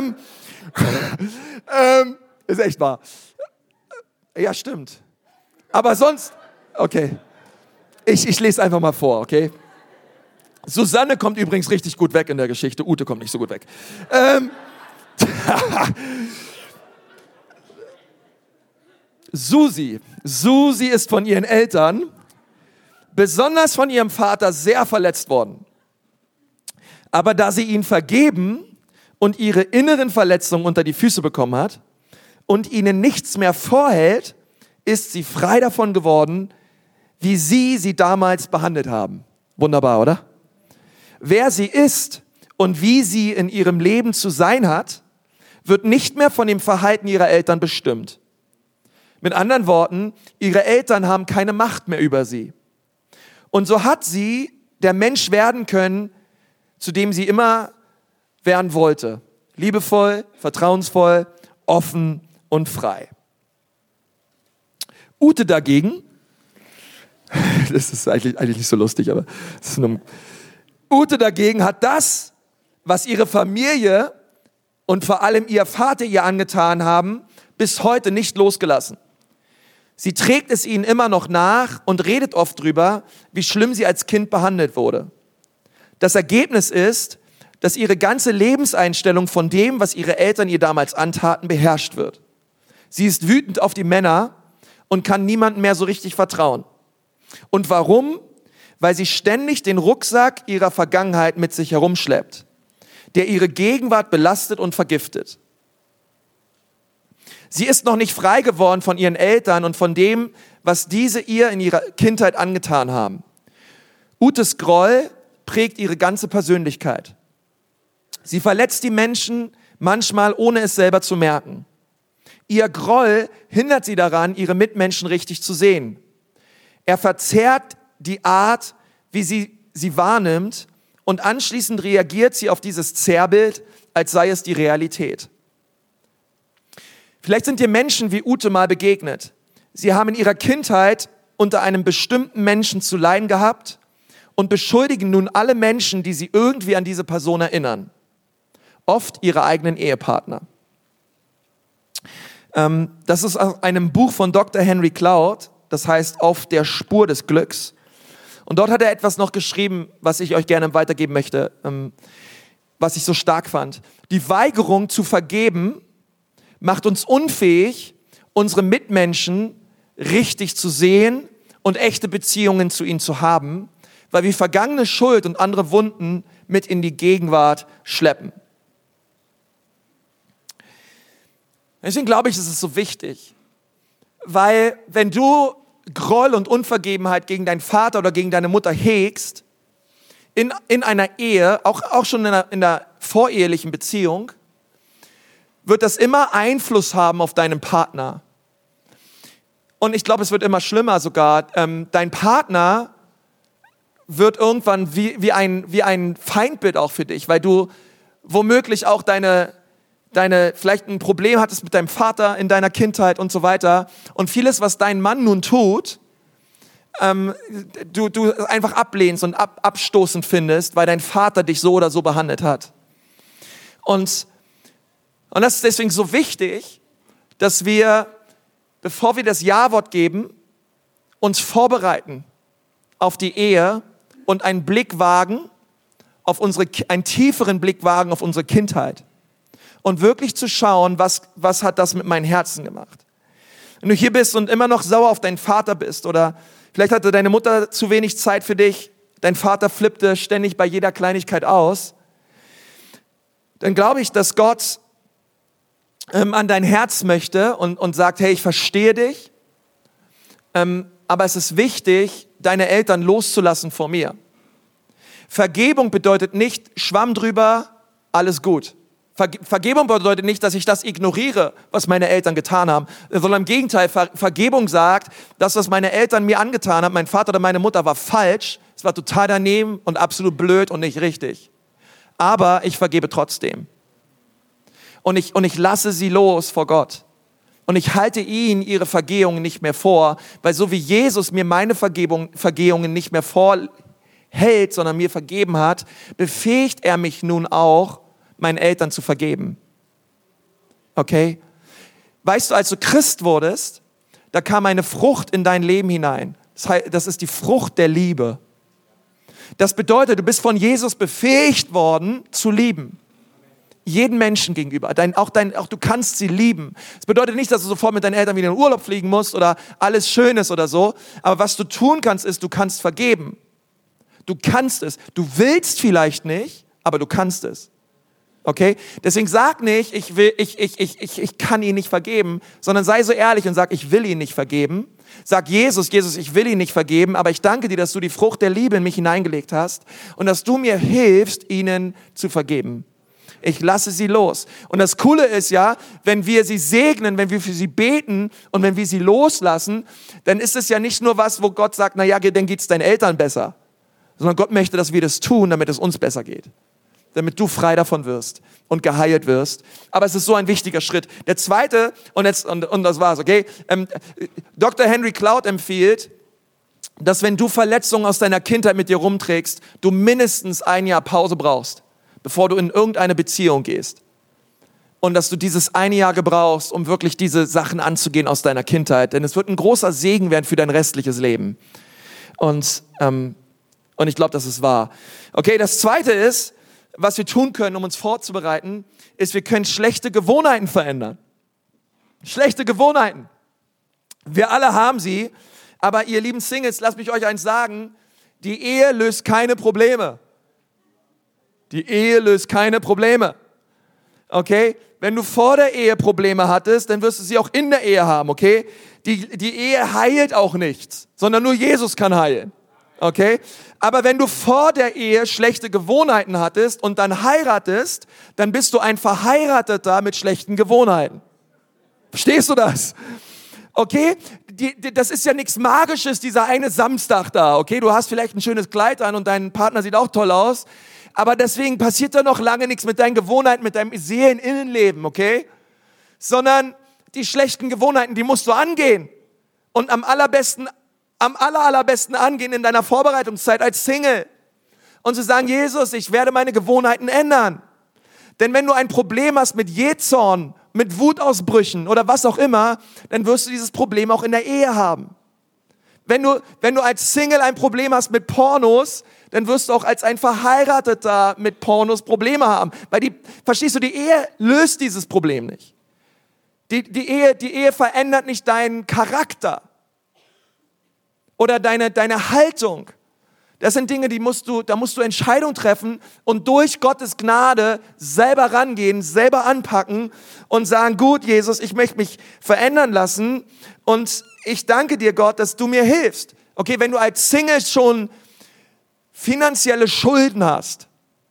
Ist echt wahr. Ja, stimmt. Aber sonst, okay. Ich lese einfach mal vor, okay? Susanne kommt übrigens richtig gut weg in der Geschichte. Ute kommt nicht so gut weg. Susi ist von ihren Eltern, besonders von ihrem Vater, sehr verletzt worden. Aber da sie ihn vergeben und ihre inneren Verletzungen unter die Füße bekommen hat und ihnen nichts mehr vorhält, ist sie frei davon geworden, wie sie damals behandelt haben. Wunderbar, oder? Wer sie ist und wie sie in ihrem Leben zu sein hat, wird nicht mehr von dem Verhalten ihrer Eltern bestimmt. Mit anderen Worten, ihre Eltern haben keine Macht mehr über sie. Und so hat sie der Mensch werden können, zu dem sie immer werden wollte. Liebevoll, vertrauensvoll, offen und frei. Ute dagegen, das ist eigentlich nicht so lustig, aber Ute dagegen hat das, was ihre Familie und vor allem ihr Vater ihr angetan haben, bis heute nicht losgelassen. Sie trägt es ihnen immer noch nach und redet oft drüber, wie schlimm sie als Kind behandelt wurde. Das Ergebnis ist, dass ihre ganze Lebenseinstellung von dem, was ihre Eltern ihr damals antaten, beherrscht wird. Sie ist wütend auf die Männer und kann niemandem mehr so richtig vertrauen. Und warum? Weil sie ständig den Rucksack ihrer Vergangenheit mit sich herumschleppt, der ihre Gegenwart belastet und vergiftet. Sie ist noch nicht frei geworden von ihren Eltern und von dem, was diese ihr in ihrer Kindheit angetan haben. Utes Groll prägt ihre ganze Persönlichkeit. Sie verletzt die Menschen manchmal, ohne es selber zu merken. Ihr Groll hindert sie daran, ihre Mitmenschen richtig zu sehen. Er verzerrt die Art, wie sie wahrnimmt, und anschließend reagiert sie auf dieses Zerrbild, als sei es die Realität. Vielleicht sind dir Menschen wie Ute mal begegnet. Sie haben in ihrer Kindheit unter einem bestimmten Menschen zu leiden gehabt und beschuldigen nun alle Menschen, die sie irgendwie an diese Person erinnern. Oft ihre eigenen Ehepartner. Das ist aus einem Buch von Dr. Henry Cloud, das heißt Auf der Spur des Glücks. Und dort hat er etwas noch geschrieben, was ich euch gerne weitergeben möchte, was ich so stark fand. Die Weigerung zu vergeben macht uns unfähig, unsere Mitmenschen richtig zu sehen und echte Beziehungen zu ihnen zu haben, weil wir vergangene Schuld und andere Wunden mit in die Gegenwart schleppen. Deswegen glaube ich, ist es so wichtig, weil wenn du Groll und Unvergebenheit gegen deinen Vater oder gegen deine Mutter hegst, in einer Ehe, auch schon in der vorehelichen Beziehung, wird das immer Einfluss haben auf deinen Partner. Und ich glaube, es wird immer schlimmer sogar. Dein Partner wird irgendwann wie ein Feindbild auch für dich, weil du womöglich auch vielleicht ein Problem hattest mit deinem Vater in deiner Kindheit und so weiter. Und vieles, was dein Mann nun tut, du einfach ablehnst und abstoßend findest, weil dein Vater dich so oder so behandelt hat. Und das ist deswegen so wichtig, dass wir, bevor wir das Ja-Wort geben, uns vorbereiten auf die Ehe und einen tieferen Blick wagen auf unsere Kindheit. Und wirklich zu schauen, was hat das mit meinem Herzen gemacht. Wenn du hier bist und immer noch sauer auf deinen Vater bist oder vielleicht hatte deine Mutter zu wenig Zeit für dich, dein Vater flippte ständig bei jeder Kleinigkeit aus, dann glaube ich, dass Gott an dein Herz möchte und sagt, hey, ich verstehe dich, aber es ist wichtig, deine Eltern loszulassen vor mir. Vergebung bedeutet nicht, Schwamm drüber, alles gut. Vergebung bedeutet nicht, dass ich das ignoriere, was meine Eltern getan haben, sondern im Gegenteil, Vergebung sagt, das, was meine Eltern mir angetan haben, mein Vater oder meine Mutter, war falsch, es war total daneben und absolut blöd und nicht richtig. Aber ich vergebe trotzdem. Und ich lasse sie los vor Gott. Und ich halte ihnen ihre Vergehungen nicht mehr vor, weil so wie Jesus mir meine Vergehungen nicht mehr vorhält, sondern mir vergeben hat, befähigt er mich nun auch, meinen Eltern zu vergeben. Okay? Weißt du, als du Christ wurdest, da kam eine Frucht in dein Leben hinein. Das ist die Frucht der Liebe. Das bedeutet, du bist von Jesus befähigt worden, zu lieben. Jeden Menschen gegenüber. Auch du kannst sie lieben. Das bedeutet nicht, dass du sofort mit deinen Eltern wieder in den Urlaub fliegen musst oder alles schön ist oder so. Aber was du tun kannst, ist, du kannst vergeben. Du kannst es. Du willst vielleicht nicht, aber du kannst es. Okay? Deswegen sag nicht, ich kann ihn nicht vergeben, sondern sei so ehrlich und sag, ich will ihn nicht vergeben. Sag Jesus, ich will ihn nicht vergeben, aber ich danke dir, dass du die Frucht der Liebe in mich hineingelegt hast und dass du mir hilfst, ihnen zu vergeben. Ich lasse sie los. Und das Coole ist ja, wenn wir sie segnen, wenn wir für sie beten und wenn wir sie loslassen, dann ist es ja nicht nur was, wo Gott sagt, naja, dann geht's deinen Eltern besser, sondern Gott möchte, dass wir das tun, damit es uns besser geht. Damit du frei davon wirst und geheilt wirst. Aber es ist so ein wichtiger Schritt. Der zweite, und das war's, okay? Dr. Henry Cloud empfiehlt, dass wenn du Verletzungen aus deiner Kindheit mit dir rumträgst, du mindestens ein Jahr Pause brauchst, bevor du in irgendeine Beziehung gehst. Und dass du dieses eine Jahr gebrauchst, um wirklich diese Sachen anzugehen aus deiner Kindheit. Denn es wird ein großer Segen werden für dein restliches Leben. Und ich glaube, das ist wahr. Okay, das zweite ist, was wir tun können, um uns vorzubereiten, ist, wir können schlechte Gewohnheiten verändern. Schlechte Gewohnheiten. Wir alle haben sie, aber ihr lieben Singles, lasst mich euch eins sagen, die Ehe löst keine Probleme. Die Ehe löst keine Probleme. Okay? Wenn du vor der Ehe Probleme hattest, dann wirst du sie auch in der Ehe haben, okay? Die Ehe heilt auch nichts, sondern nur Jesus kann heilen. Okay? Aber wenn du vor der Ehe schlechte Gewohnheiten hattest und dann heiratest, dann bist du ein Verheirateter mit schlechten Gewohnheiten. Verstehst du das? Okay? Das ist ja nichts Magisches, dieser eine Samstag da, okay? Du hast vielleicht ein schönes Kleid an und dein Partner sieht auch toll aus, aber deswegen passiert da noch lange nichts mit deinen Gewohnheiten, mit deinem Seeleninnenleben, okay? Sondern die schlechten Gewohnheiten, die musst du angehen. Und am allerbesten angehen in deiner Vorbereitungszeit als Single. Und zu sagen, Jesus, ich werde meine Gewohnheiten ändern. Denn wenn du ein Problem hast mit Jähzorn, mit Wutausbrüchen oder was auch immer, dann wirst du dieses Problem auch in der Ehe haben. Wenn du als Single ein Problem hast mit Pornos, dann wirst du auch als ein Verheirateter mit Pornos Probleme haben. Weil verstehst du, die Ehe löst dieses Problem nicht. Die Ehe verändert nicht deinen Charakter oder deine Haltung. Das sind Dinge, da musst du Entscheidungen treffen und durch Gottes Gnade selber rangehen, selber anpacken und sagen, gut, Jesus, ich möchte mich verändern lassen und ich danke dir, Gott, dass du mir hilfst. Okay, wenn du als Single schon finanzielle Schulden hast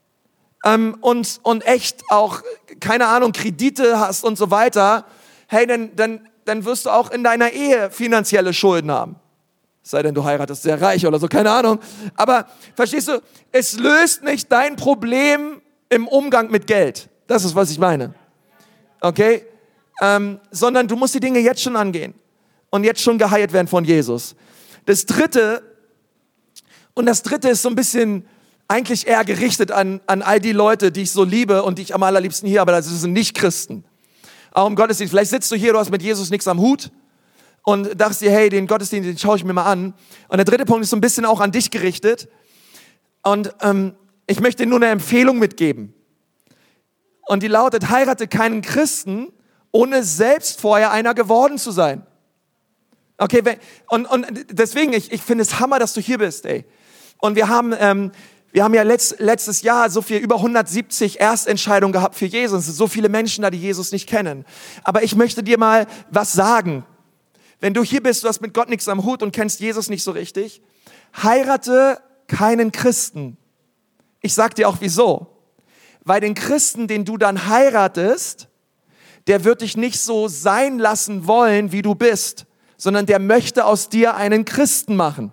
und echt auch, keine Ahnung, Kredite hast und so weiter, hey, dann wirst du auch in deiner Ehe finanzielle Schulden haben. Sei denn, du heiratest sehr reich oder so, keine Ahnung. Aber verstehst du, es löst nicht dein Problem im Umgang mit Geld. Das ist, was ich meine. Okay? Sondern du musst die Dinge jetzt schon angehen und jetzt schon geheilt werden von Jesus. Das Dritte ist so ein bisschen eigentlich eher gerichtet an all die Leute, die ich so liebe und die ich am allerliebsten hier habe, das sind Nicht-Christen. Auch im Gottesdienst. Vielleicht sitzt du hier, du hast mit Jesus nichts am Hut und dachtest dir, hey, den Gottesdienst, den schaue ich mir mal an. Und der dritte Punkt ist so ein bisschen auch an dich gerichtet. Und ich möchte dir nur eine Empfehlung mitgeben. Und die lautet, heirate keinen Christen, ohne selbst vorher einer geworden zu sein. Okay, und deswegen, ich finde es Hammer, dass du hier bist, ey. Und wir haben ja letztes Jahr über 170 Erstentscheidungen gehabt für Jesus. Es sind so viele Menschen da, die Jesus nicht kennen. Aber ich möchte dir mal was sagen. Wenn du hier bist, du hast mit Gott nichts am Hut und kennst Jesus nicht so richtig, heirate keinen Christen. Ich sag dir auch wieso. Weil den Christen, den du dann heiratest, der wird dich nicht so sein lassen wollen, wie du bist, sondern der möchte aus dir einen Christen machen.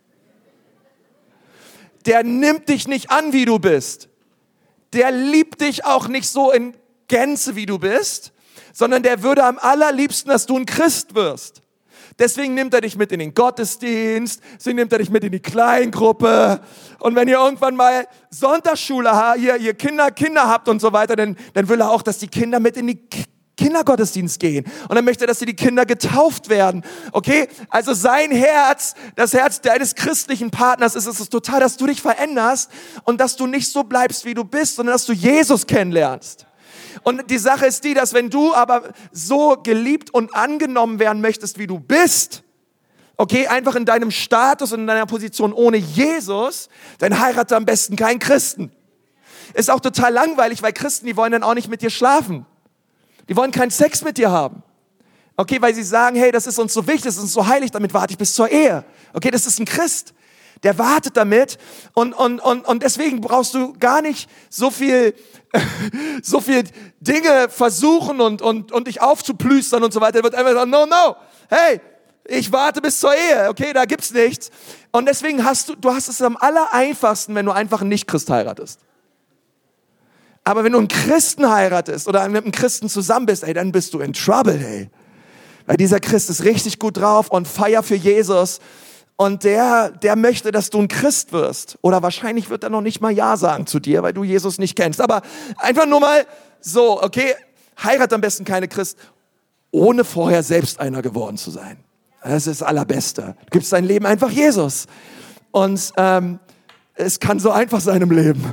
Der nimmt dich nicht an, wie du bist. Der liebt dich auch nicht so in Gänze, wie du bist, sondern der würde am allerliebsten, dass du ein Christ wirst. Deswegen nimmt er dich mit in den Gottesdienst, deswegen nimmt er dich mit in die Kleingruppe. Und wenn ihr irgendwann mal Sonntagsschule ihr Kinder habt und so weiter, dann will er auch, dass die Kinder mit in die Kindergottesdienst gehen. Und dann möchte er, dass die Kinder getauft werden. Okay? Also sein Herz, das Herz deines christlichen Partners ist es total, dass du dich veränderst und dass du nicht so bleibst, wie du bist, sondern dass du Jesus kennenlernst. Und die Sache ist die, dass wenn du aber so geliebt und angenommen werden möchtest, wie du bist, okay, einfach in deinem Status und in deiner Position ohne Jesus, dann heirate am besten keinen Christen. Ist auch total langweilig, weil Christen, die wollen dann auch nicht mit dir schlafen. Die wollen keinen Sex mit dir haben. Okay, weil sie sagen, hey, das ist uns so wichtig, das ist uns so heilig, damit warte ich bis zur Ehe. Okay, das ist ein Christ. Der wartet damit und deswegen brauchst du gar nicht so viel Dinge versuchen und dich aufzuplüstern und so weiter. Der wird einfach sagen, no, hey, ich warte bis zur Ehe, okay, da gibt's nichts. Und deswegen du hast es am allereinfachsten, wenn du einfach einen Nicht-Christ heiratest. Aber wenn du einen Christen heiratest oder mit einem Christen zusammen bist, ey, dann bist du in Trouble, ey. Weil dieser Christ ist richtig gut drauf und feier für Jesus. Und der möchte, dass du ein Christ wirst. Oder wahrscheinlich wird er noch nicht mal Ja sagen zu dir, weil du Jesus nicht kennst. Aber einfach nur mal so, okay, heirate am besten keine Christ, ohne vorher selbst einer geworden zu sein. Das ist das Allerbeste. Du gibst dein Leben einfach Jesus. Und es kann so einfach sein im Leben.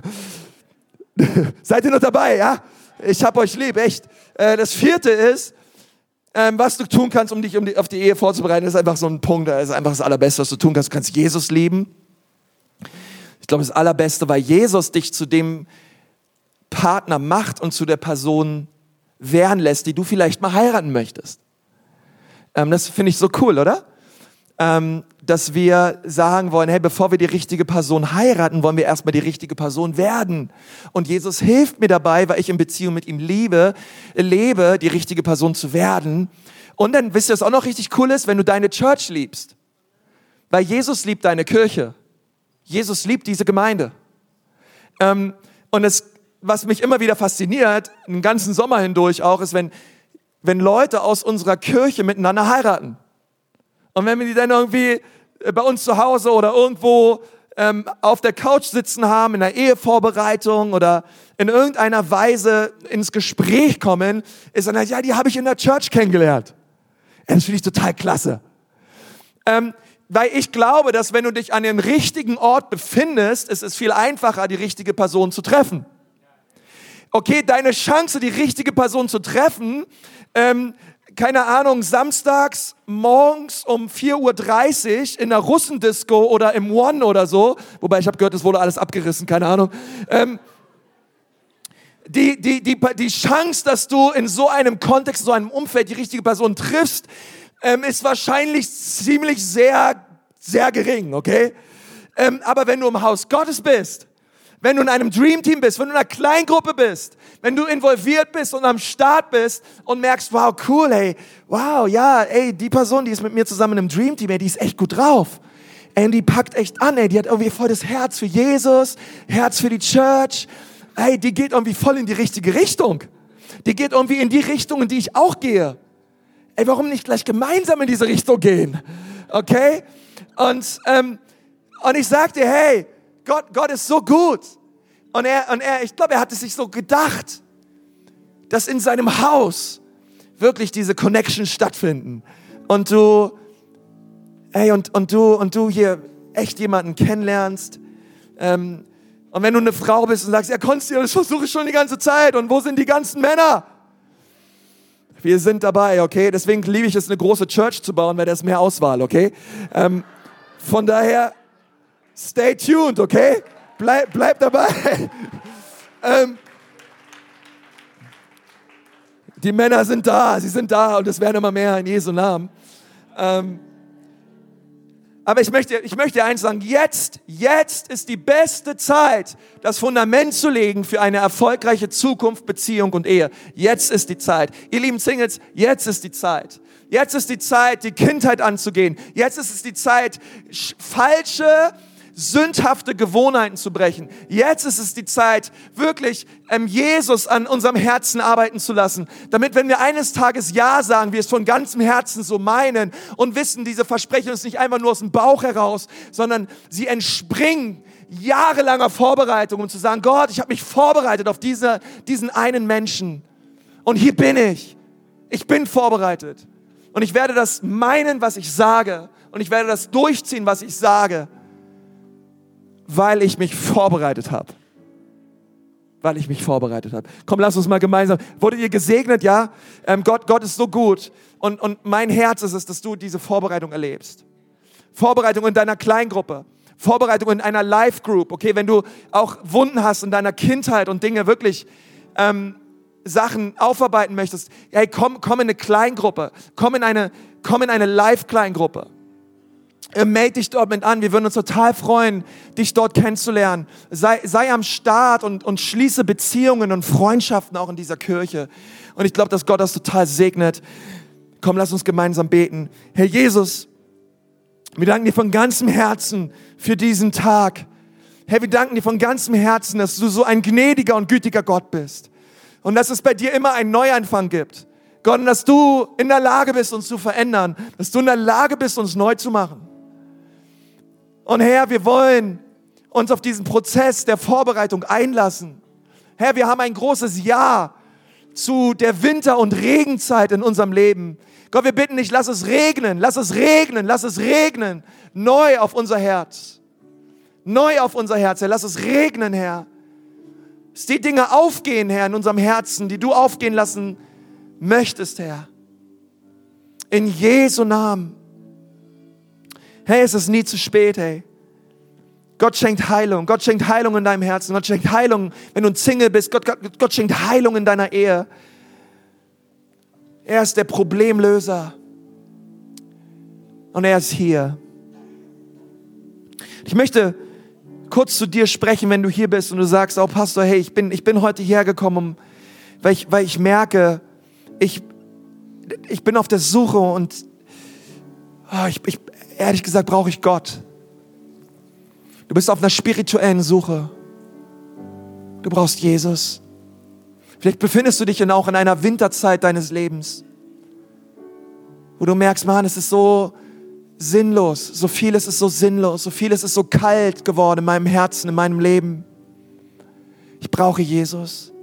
Seid ihr noch dabei, ja? Ich hab euch lieb, echt. Das vierte ist, Was du tun kannst, um dich auf die Ehe vorzubereiten, ist einfach so ein Punkt, das ist einfach das Allerbeste, was du tun kannst. Du kannst Jesus lieben. Ich glaube, das Allerbeste, weil Jesus dich zu dem Partner macht und zu der Person werden lässt, die du vielleicht mal heiraten möchtest. Das finde ich so cool, oder? Dass wir sagen wollen, hey, bevor wir die richtige Person heiraten, wollen wir erstmal die richtige Person werden. Und Jesus hilft mir dabei, weil ich in Beziehung mit ihm lebe, die richtige Person zu werden. Und dann, wisst ihr, was auch noch richtig cool ist, wenn du deine Church liebst. Weil Jesus liebt deine Kirche. Jesus liebt diese Gemeinde. Und was mich immer wieder fasziniert, den ganzen Sommer hindurch auch, ist, wenn Leute aus unserer Kirche miteinander heiraten. Und wenn wir die dann irgendwie bei uns zu Hause oder irgendwo auf der Couch sitzen haben, in der Ehevorbereitung oder in irgendeiner Weise ins Gespräch kommen, ist dann, ja, die habe ich in der Church kennengelernt. Das finde ich total klasse. Weil ich glaube, dass wenn du dich an dem richtigen Ort befindest, ist es viel einfacher, die richtige Person zu treffen. Okay, deine Chance, die richtige Person zu treffen, keine Ahnung, samstags morgens um 4:30 Uhr in der Russendisco oder im One oder so, wobei ich habe gehört, es wurde alles abgerissen, keine Ahnung. Die Chance, dass du in so einem Kontext, so einem Umfeld die richtige Person triffst, ist wahrscheinlich ziemlich sehr, sehr gering, okay? Aber wenn du im Haus Gottes bist, wenn du in einem Dreamteam bist, wenn du in einer Kleingruppe bist, wenn du involviert bist und am Start bist und merkst, wow, cool, ey, wow, ja, ey, die Person, die ist mit mir zusammen im Dreamteam, ey, die ist echt gut drauf. Ey, und die packt echt an, ey, die hat irgendwie voll das Herz für Jesus, Herz für die Church. Ey, die geht irgendwie voll in die richtige Richtung. Die geht irgendwie in die Richtung, in die ich auch gehe. Ey, warum nicht gleich gemeinsam in diese Richtung gehen? Okay? Und ich sag dir, hey, Gott ist so gut. Und ich glaube, er hat es sich so gedacht, dass in seinem Haus wirklich diese Connections stattfinden. Und du hier echt jemanden kennenlernst. Und wenn du eine Frau bist und sagst, ja, Konsti, das versuche ich schon die ganze Zeit. Und wo sind die ganzen Männer? Wir sind dabei, okay? Deswegen liebe ich es, eine große Church zu bauen, weil da ist mehr Auswahl, okay? Von daher, stay tuned, okay? Bleib dabei. Die Männer sind da, sie sind da und es werden immer mehr in Jesu Namen. Aber ich möchte dir eins sagen, jetzt ist die beste Zeit, das Fundament zu legen für eine erfolgreiche Zukunft, Beziehung und Ehe. Jetzt ist die Zeit. Ihr lieben Singles, jetzt ist die Zeit. Jetzt ist die Zeit, die Kindheit anzugehen. Jetzt ist es die Zeit, falsche, sündhafte Gewohnheiten zu brechen. Jetzt ist es die Zeit, wirklich Jesus an unserem Herzen arbeiten zu lassen, damit, wenn wir eines Tages Ja sagen, wir es von ganzem Herzen so meinen und wissen, diese Versprechen ist nicht einfach nur aus dem Bauch heraus, sondern sie entspringen jahrelanger Vorbereitung, um zu sagen, Gott, ich habe mich vorbereitet auf diesen einen Menschen und hier bin ich. Ich bin vorbereitet und ich werde das meinen, was ich sage und ich werde das durchziehen, was ich sage, weil ich mich vorbereitet habe. Weil ich mich vorbereitet habe. Komm, lass uns mal gemeinsam. Wurdet ihr gesegnet, ja? Gott ist so gut. Und mein Herz ist es, dass du diese Vorbereitung erlebst. Vorbereitung in deiner Kleingruppe. Vorbereitung in einer Life-Group. Okay, wenn du auch Wunden hast in deiner Kindheit und Dinge wirklich Sachen aufarbeiten möchtest. Hey, komm in eine Kleingruppe. Komm in eine Live-Kleingruppe. Melde dich dort mit an. Wir würden uns total freuen, dich dort kennenzulernen. Sei am Start und schließe Beziehungen und Freundschaften auch in dieser Kirche. Und ich glaube, dass Gott das total segnet. Komm, lass uns gemeinsam beten. Herr Jesus, wir danken dir von ganzem Herzen für diesen Tag. Herr, wir danken dir von ganzem Herzen, dass du so ein gnädiger und gütiger Gott bist. Und dass es bei dir immer einen Neuanfang gibt. Gott, und dass du in der Lage bist, uns zu verändern. Dass du in der Lage bist, uns neu zu machen. Und Herr, wir wollen uns auf diesen Prozess der Vorbereitung einlassen. Herr, wir haben ein großes Ja zu der Winter- und Regenzeit in unserem Leben. Gott, wir bitten dich, lass es regnen, lass es regnen, lass es regnen. Neu auf unser Herz. Neu auf unser Herz, Herr. Lass es regnen, Herr. Dass die Dinge aufgehen, Herr, in unserem Herzen, die du aufgehen lassen möchtest, Herr. In Jesu Namen. Hey, es ist nie zu spät, hey. Gott schenkt Heilung. Gott schenkt Heilung in deinem Herzen. Gott schenkt Heilung, wenn du ein Single bist. Gott schenkt Heilung in deiner Ehe. Er ist der Problemlöser. Und er ist hier. Ich möchte kurz zu dir sprechen, wenn du hier bist und du sagst, oh Pastor, hey, ich bin heute hierher gekommen, weil ich merke, ich bin auf der Suche und ehrlich gesagt brauche ich Gott. Du bist auf einer spirituellen Suche. Du brauchst Jesus. Vielleicht befindest du dich auch in einer Winterzeit deines Lebens, wo du merkst, Mann, es ist so sinnlos, so vieles ist so sinnlos, so vieles ist so kalt geworden in meinem Herzen, in meinem Leben. Ich brauche Jesus.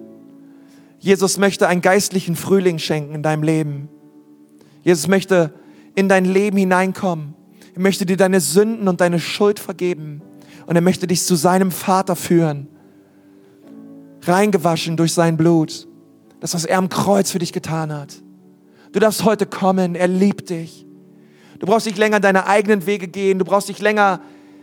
Jesus möchte einen geistlichen Frühling schenken in deinem Leben. Jesus möchte in dein Leben hineinkommen. Er möchte dir deine Sünden und deine Schuld vergeben. Und er möchte dich zu seinem Vater führen. Reingewaschen durch sein Blut. Das, was er am Kreuz für dich getan hat. Du darfst heute kommen. Er liebt dich. Du brauchst nicht länger deine eigenen Wege gehen. Du brauchst nicht länger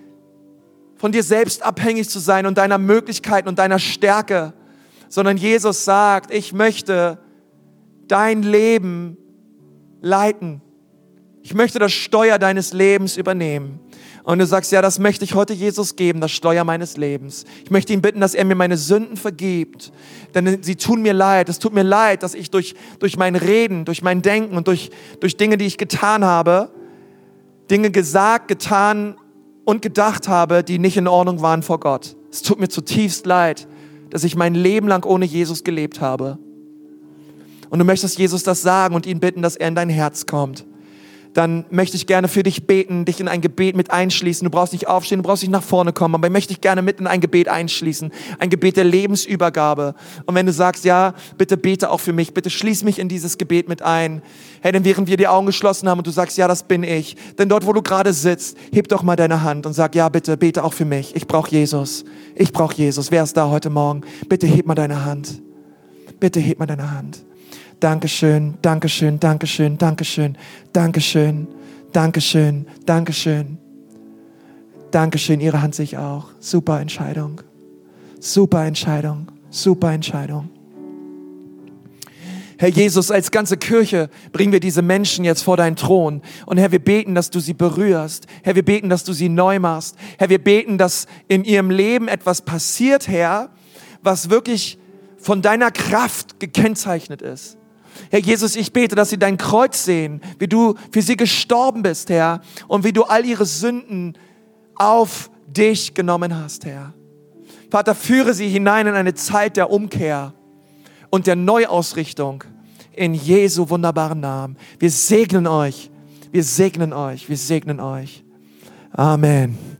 von dir selbst abhängig zu sein und deiner Möglichkeiten und deiner Stärke. Sondern Jesus sagt, ich möchte dein Leben leiten. Ich möchte das Steuer deines Lebens übernehmen. Und du sagst, ja, das möchte ich heute Jesus geben, das Steuer meines Lebens. Ich möchte ihn bitten, dass er mir meine Sünden vergibt, denn sie tun mir leid. Es tut mir leid, dass ich durch mein Reden, durch mein Denken und durch Dinge, die ich getan habe, Dinge gesagt, getan und gedacht habe, die nicht in Ordnung waren vor Gott. Es tut mir zutiefst leid, dass ich mein Leben lang ohne Jesus gelebt habe. Und du möchtest Jesus das sagen und ihn bitten, dass er in dein Herz kommt. Dann möchte ich gerne für dich beten, dich in ein Gebet mit einschließen. Du brauchst nicht aufstehen, du brauchst nicht nach vorne kommen, aber ich möchte dich gerne mit in ein Gebet einschließen. Ein Gebet der Lebensübergabe. Und wenn du sagst, ja, bitte bete auch für mich, bitte schließ mich in dieses Gebet mit ein. Hey, denn während wir die Augen geschlossen haben und du sagst, ja, das bin ich. Denn dort, wo du gerade sitzt, heb doch mal deine Hand und sag, ja, bitte, bete auch für mich. Ich brauche Jesus. Ich brauche Jesus. Wer ist da heute Morgen? Bitte heb mal deine Hand. Bitte heb mal deine Hand. Dankeschön, Dankeschön, Dankeschön, Dankeschön, Dankeschön, Dankeschön, Dankeschön. Dankeschön, Ihre Hand sehe ich auch. Super Entscheidung. Super Entscheidung. Super Entscheidung. Herr Jesus, als ganze Kirche bringen wir diese Menschen jetzt vor deinen Thron. Und Herr, wir beten, dass du sie berührst. Herr, wir beten, dass du sie neu machst. Herr, wir beten, dass in ihrem Leben etwas passiert, Herr, was wirklich von deiner Kraft gekennzeichnet ist. Herr Jesus, ich bete, dass sie dein Kreuz sehen, wie du für sie gestorben bist, Herr, und wie du all ihre Sünden auf dich genommen hast, Herr. Vater, führe sie hinein in eine Zeit der Umkehr und der Neuausrichtung in Jesu wunderbaren Namen. Wir segnen euch, wir segnen euch, wir segnen euch. Amen.